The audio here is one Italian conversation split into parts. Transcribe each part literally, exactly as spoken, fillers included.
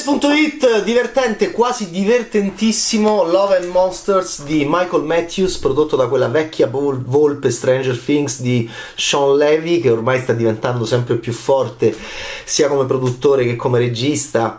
punto it, divertente, quasi divertentissimo, Love and Monsters di Michael Matthews, prodotto da quella vecchia vol- volpe Stranger Things di Sean Levy, che ormai sta diventando sempre più forte sia come produttore che come regista.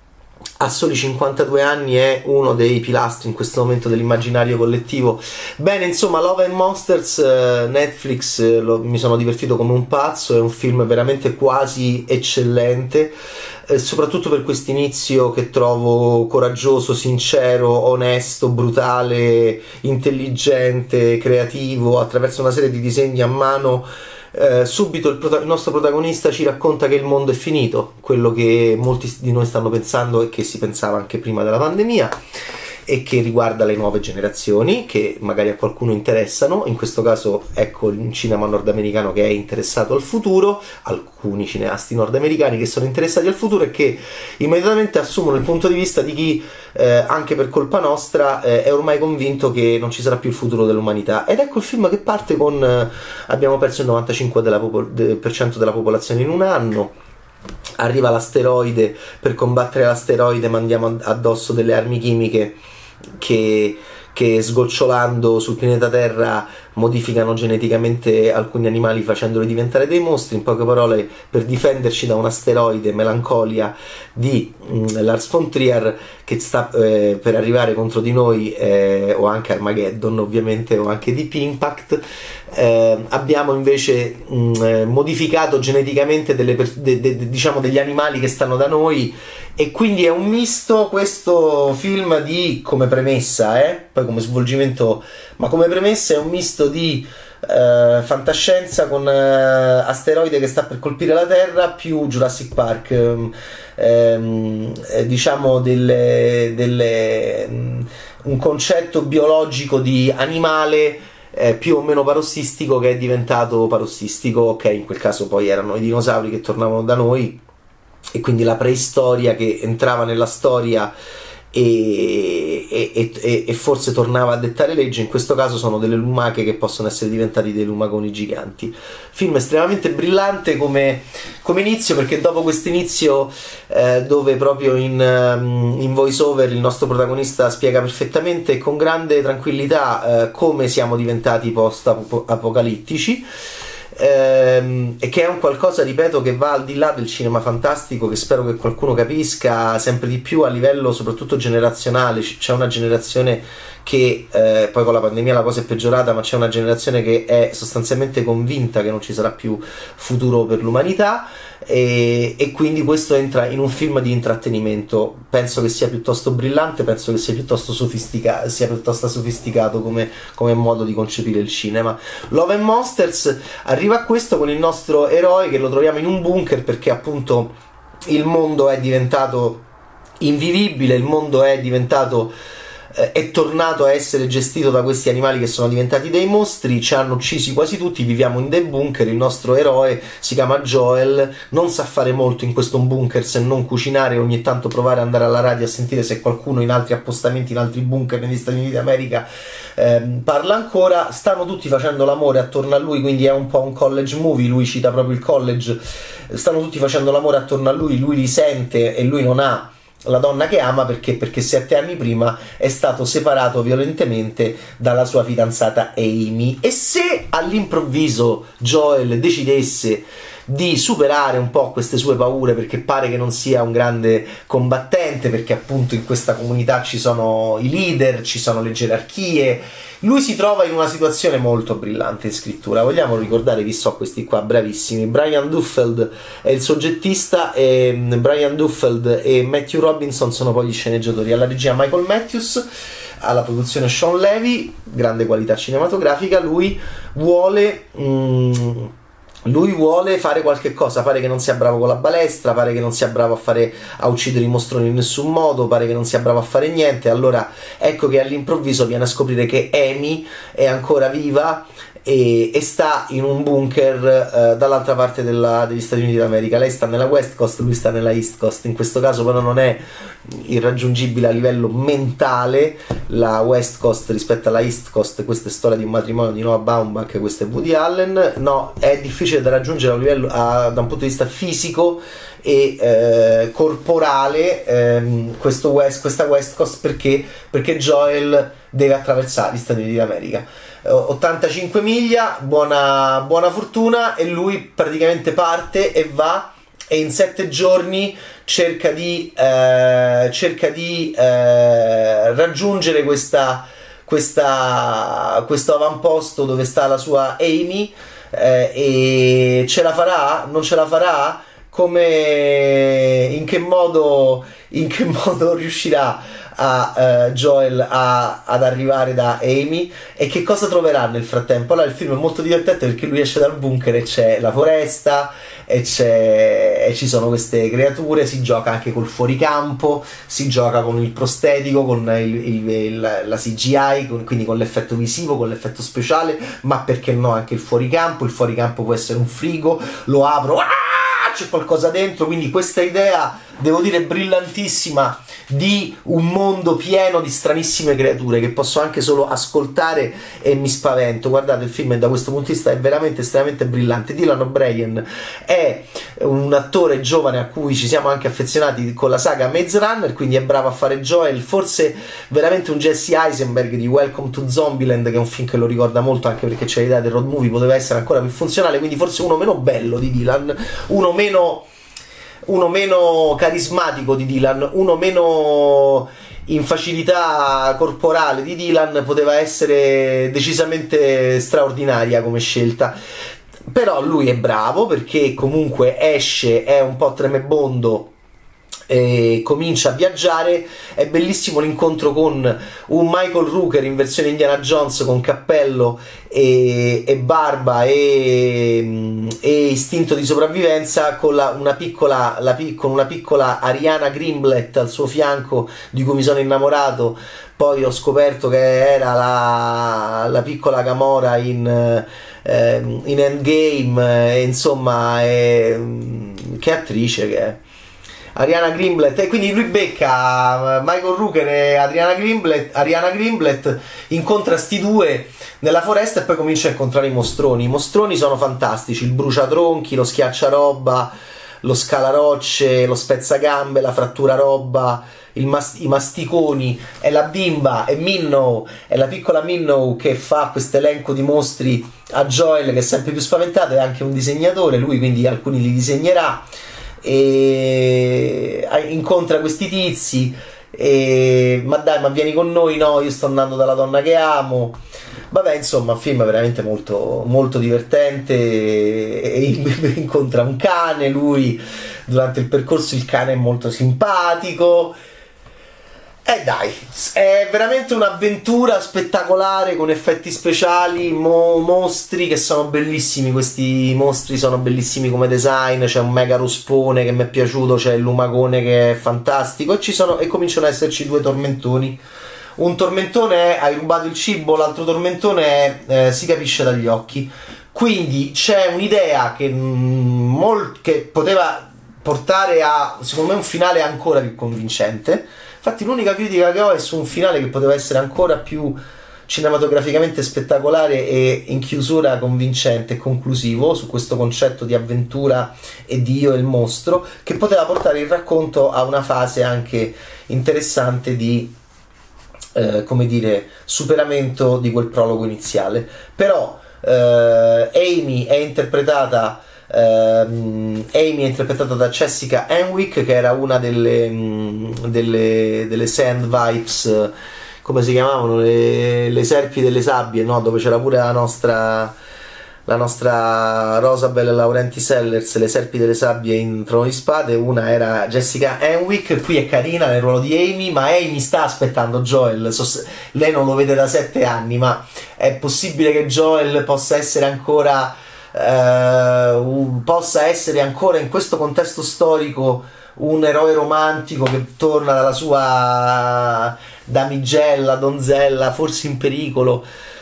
A soli cinquantadue anni è uno dei pilastri in questo momento dell'immaginario collettivo. Bene, insomma, Love and Monsters, eh, Netflix, eh, lo, mi sono divertito come un pazzo, è un film veramente quasi eccellente, eh, soprattutto per quest'inizio che trovo coraggioso, sincero, onesto, brutale, intelligente, creativo, attraverso una serie di disegni a mano. Eh, subito il, prota- il nostro protagonista ci racconta che il mondo è finito, quello che molti di noi stanno pensando e che si pensava anche prima della pandemia, e che riguarda le nuove generazioni che magari a qualcuno interessano. In questo caso ecco il cinema nordamericano che è interessato al futuro, alcuni cineasti nordamericani che sono interessati al futuro e che immediatamente assumono il punto di vista di chi eh, anche per colpa nostra eh, è ormai convinto che non ci sarà più il futuro dell'umanità. Ed ecco il film che parte con eh, abbiamo perso il novantacinque per cento della, popol- per cento della popolazione in un anno, arriva l'asteroide, per combattere l'asteroide mandiamo addosso delle armi chimiche che, che sgocciolando sul pianeta Terra modificano geneticamente alcuni animali facendoli diventare dei mostri. In poche parole, per difenderci da un asteroide, Melancolia di mh, Lars von Trier, che sta eh, per arrivare contro di noi, eh, o anche Armageddon ovviamente, o anche Deep Impact. Eh, abbiamo invece mh, modificato geneticamente delle, de, de, de, diciamo degli animali che stanno da noi, e quindi è un misto questo film di, come premessa, eh, poi come svolgimento, ma come premessa è un misto di eh, fantascienza con eh, asteroide che sta per colpire la Terra più Jurassic Park, ehm, ehm, eh, diciamo delle, delle, um, un concetto biologico di animale eh, più o meno parossistico che è diventato parossistico. Ok, in quel caso poi erano i dinosauri che tornavano da noi, e quindi la preistoria che entrava nella storia e, e, e, e forse tornava a dettare legge. In questo caso sono delle lumache che possono essere diventati dei lumaconi giganti. Film estremamente brillante come, come inizio, perché dopo questo inizio eh, dove proprio in, in voice over il nostro protagonista spiega perfettamente e con grande tranquillità eh, come siamo diventati post-apocalittici, Ehm, e che è un qualcosa, ripeto, che va al di là del cinema fantastico, che spero che qualcuno capisca sempre di più a livello soprattutto generazionale. C'è una generazione che eh, poi con la pandemia la cosa è peggiorata, ma c'è una generazione che è sostanzialmente convinta che non ci sarà più futuro per l'umanità, e, e quindi questo entra in un film di intrattenimento. Penso che sia piuttosto brillante, penso che sia piuttosto sofisticato, sia piuttosto sofisticato come, come modo di concepire il cinema. Love and Monsters arriva a questo con il nostro eroe che lo troviamo in un bunker perché appunto il mondo è diventato invivibile, il mondo è diventato è tornato a essere gestito da questi animali che sono diventati dei mostri, ci hanno uccisi quasi tutti, viviamo in dei bunker. Il nostro eroe si chiama Joel, non sa fare molto in questo bunker se non cucinare e ogni tanto provare ad andare alla radio a sentire se qualcuno in altri appostamenti, in altri bunker negli Stati Uniti d'America ehm, parla ancora. Stanno tutti facendo l'amore attorno a lui, quindi è un po' un college movie, lui cita proprio il college. Stanno tutti facendo l'amore attorno a lui, lui li sente e lui non ha la donna che ama, perché perché sette anni prima è stato separato violentemente dalla sua fidanzata Amy. E se all'improvviso Joel decidesse di superare un po' queste sue paure, perché pare che non sia un grande combattente, perché appunto in questa comunità ci sono i leader, ci sono le gerarchie, lui si trova in una situazione molto brillante in scrittura. Vogliamo ricordare chi sono questi qua bravissimi: Brian Duffeld è il soggettista, e Brian Duffeld e Matthew Robinson sono poi gli sceneggiatori. Alla regia Michael Matthews, alla produzione Sean Levy, grande qualità cinematografica. Lui vuole mm, lui vuole fare qualche cosa, pare che non sia bravo con la balestra, pare che non sia bravo a fare a uccidere i mostroni in nessun modo, pare che non sia bravo a fare niente. Allora ecco che all'improvviso viene a scoprire che Amy è ancora viva e, e sta in un bunker eh, dall'altra parte della, degli Stati Uniti d'America. Lei sta nella West Coast, lui sta nella East Coast. In questo caso però non è irraggiungibile a livello mentale la West Coast rispetto alla East Coast. Questa è storia di un matrimonio di Noah Baumbach, questo è Woody Allen. No, è difficile da raggiungere a un livello, a, da un punto di vista fisico e eh, corporale ehm, questo West, questa West Coast, perché perché Joel deve attraversare gli Stati Uniti d'America. ottantacinque miglia, buona, buona fortuna, e lui praticamente parte e va, e in sette giorni cerca di eh, cerca di eh, raggiungere questa, questa, questo avamposto dove sta la sua Amy. Eh, e ce la farà? Non ce la farà? Come, in che modo in che modo riuscirà a uh, Joel a, ad arrivare da Amy, e che cosa troverà nel frattempo? Allora il film è molto divertente perché lui esce dal bunker e c'è la foresta e, c'è, e ci sono queste creature, si gioca anche col fuoricampo, si gioca con il prostetico, con il, il, il, la C G I, con, quindi con l'effetto visivo, con l'effetto speciale, ma perché no anche il fuoricampo. Il fuoricampo può essere un frigo, lo apro, ah! C'è qualcosa dentro, quindi questa idea, devo dire, brillantissima, di un mondo pieno di stranissime creature che posso anche solo ascoltare e mi spavento. Guardate, il film da questo punto di vista è veramente estremamente brillante. Dylan O'Brien è un attore giovane a cui ci siamo anche affezionati con la saga Maze Runner, quindi è bravo a fare Joel, forse veramente un Jesse Eisenberg di Welcome to Zombieland, che è un film che lo ricorda molto, anche perché c'è l'idea del road movie, poteva essere ancora più funzionale, quindi forse uno meno bello di Dylan, uno meno uno meno carismatico di Dylan, uno meno in facilità corporale di Dylan, poteva essere decisamente straordinaria come scelta. Però lui è bravo perché comunque esce, è un po' tremebondo e comincia a viaggiare. È bellissimo l'incontro con un Michael Rooker in versione Indiana Jones, con cappello e, e barba e, e istinto di sopravvivenza, con la, una piccola, la, con una piccola Ariana Greenblatt al suo fianco, di cui mi sono innamorato. Poi ho scoperto che era la, la piccola Gamora in, eh, in Endgame, e insomma è, che attrice che è Ariana Greenblatt. E quindi lui becca Michael Rooker e Adriana Greenblatt, Ariana Greenblatt, incontra sti due nella foresta e poi comincia a incontrare i mostroni. I mostroni sono fantastici: il bruciatronchi, lo schiacciaroba, lo scalarocce, lo spezzagambe, la fratturaroba, il mas- i masticoni. È la bimba, è Minnow, è la piccola Minnow che fa questo elenco di mostri a Joel, che è sempre più spaventato. È anche un disegnatore lui, quindi alcuni li disegnerà, e incontra questi tizi e ma dai, ma vieni con noi? No, io sto andando dalla donna che amo. Vabbè, insomma, un film veramente molto molto divertente. E, e incontra un cane lui durante il percorso, il cane è molto simpatico. Eh dai, è veramente un'avventura spettacolare, con effetti speciali, mo- mostri che sono bellissimi. Questi mostri sono bellissimi come design. C'è un mega rospone che mi è piaciuto, c'è il lumagone che è fantastico, e ci sono, e cominciano ad esserci due tormentoni. Un tormentone è hai rubato il cibo, l'altro tormentone è eh, si capisce dagli occhi. Quindi c'è un'idea che, mm, mol- che poteva portare a, secondo me, un finale ancora più convincente. Infatti l'unica critica che ho è su un finale che poteva essere ancora più cinematograficamente spettacolare e in chiusura convincente e conclusivo, su questo concetto di avventura e di io e il mostro, che poteva portare il racconto a una fase anche interessante di eh, come dire, superamento di quel prologo iniziale. Però eh, Amy è interpretata Uh, Amy è interpretata da Jessica Henwick, che era una delle, mh, delle, delle Sand Vipes, come si chiamavano, le, le serpi delle sabbie, no? Dove c'era pure la nostra la nostra Rosabelle Laurenti Sellers, le serpi delle sabbie in Trono di Spade. Una era Jessica Henwick, qui è carina nel ruolo di Amy, ma Amy sta aspettando Joel. So, lei non lo vede da sette anni, ma è possibile che Joel possa essere ancora Uh, possa essere ancora in questo contesto storico un eroe romantico che torna dalla sua damigella, donzella, forse in pericolo.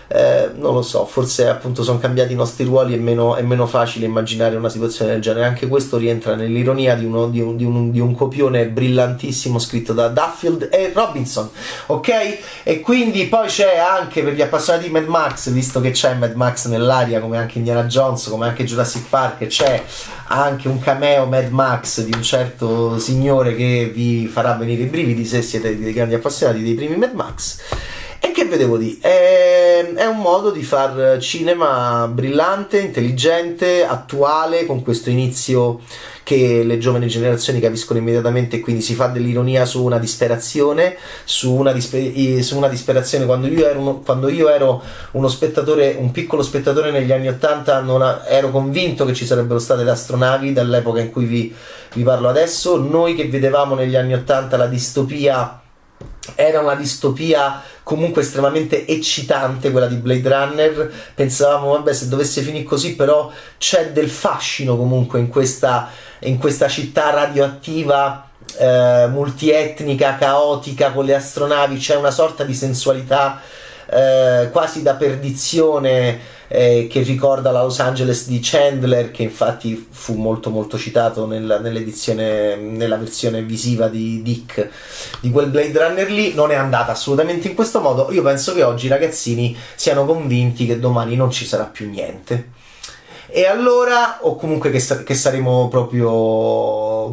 eh, non lo so, forse appunto sono cambiati i nostri ruoli, e meno, è meno facile immaginare una situazione del genere. Anche questo rientra nell'ironia di, uno, di, un, di, un, di un copione brillantissimo scritto da Duffield e Robinson, ok? E quindi poi c'è anche, per gli appassionati di Mad Max, visto che c'è Mad Max nell'aria, come anche Indiana Jones, come anche Jurassic Park, c'è anche un cameo Mad Max di un certo signore che vi farà venire i brividi se siete dei grandi appassionati dei primi Mad Max. E che vedevo di? È, è un modo di far cinema brillante, intelligente, attuale, con questo inizio che le giovani generazioni capiscono immediatamente, e quindi si fa dell'ironia su una disperazione, su una, disper- su una disperazione. Quando io ero uno, quando io ero uno spettatore, un piccolo spettatore negli anni ottanta, non a, ero convinto che ci sarebbero state le astronavi, dall'epoca in cui vi, vi parlo adesso. Noi che vedevamo negli anni ottanta la distopia, era una distopia comunque estremamente eccitante, quella di Blade Runner. Pensavamo, vabbè, se dovesse finire così, però c'è del fascino comunque in questa, in questa città radioattiva, eh, multietnica, caotica, con le astronavi. C'è una sorta di sensualità eh, quasi da perdizione, eh, che ricorda la Los Angeles di Chandler, che infatti fu molto molto citato nel, nell'edizione, nella versione visiva di Dick di quel Blade Runner lì. Non è andata assolutamente in questo modo. Io penso che oggi i ragazzini siano convinti che domani non ci sarà più niente, e allora, o comunque che, sa- che saremo proprio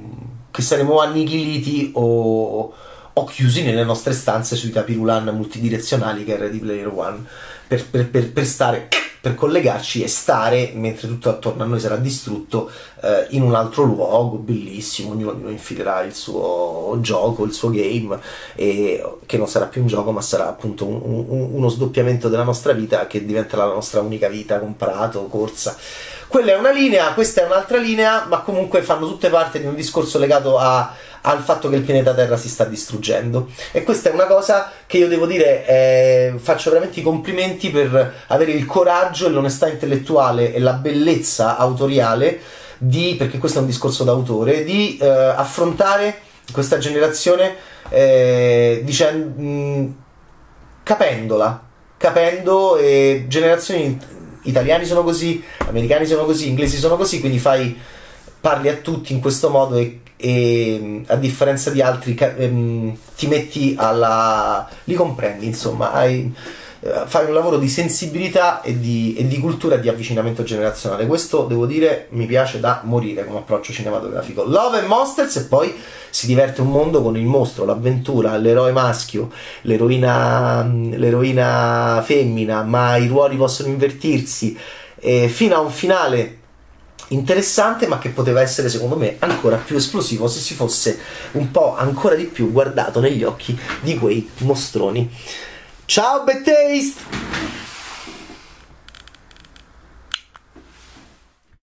che saremo annichiliti o, o chiusi nelle nostre stanze sui tapirulan multidirezionali che è Ready Player One, per, per, per, per stare, per collegarci e stare, mentre tutto attorno a noi sarà distrutto, eh, in un altro luogo bellissimo. Ognuno di noi infilerà il suo gioco, il suo game, e che non sarà più un gioco, ma sarà appunto un, un, uno sdoppiamento della nostra vita, che diventerà la nostra unica vita, comprato, corsa. Quella è una linea, questa è un'altra linea, ma comunque fanno tutte parte di un discorso legato a, al fatto che il pianeta Terra si sta distruggendo. E questa è una cosa che io devo dire, eh, faccio veramente i complimenti per avere il coraggio e l'onestà intellettuale e la bellezza autoriale di, perché questo è un discorso d'autore, di eh, affrontare questa generazione eh, dicendo, mh, capendola, capendo, e generazioni italiani sono così, americani sono così, inglesi sono così, quindi fai, parli a tutti in questo modo, e, e a differenza di altri ehm, ti metti alla, li comprendi, insomma, hai, fai un lavoro di sensibilità e di, e di cultura e di avvicinamento generazionale. Questo devo dire mi piace da morire come approccio cinematografico. Love and Monsters, e poi si diverte un mondo con il mostro, l'avventura, l'eroe maschio, l'eroina, l'eroina femmina, ma i ruoli possono invertirsi, eh, fino a un finale interessante, ma che poteva essere secondo me ancora più esplosivo se si fosse un po' ancora di più guardato negli occhi di quei mostroni. Ciao Bad Taste!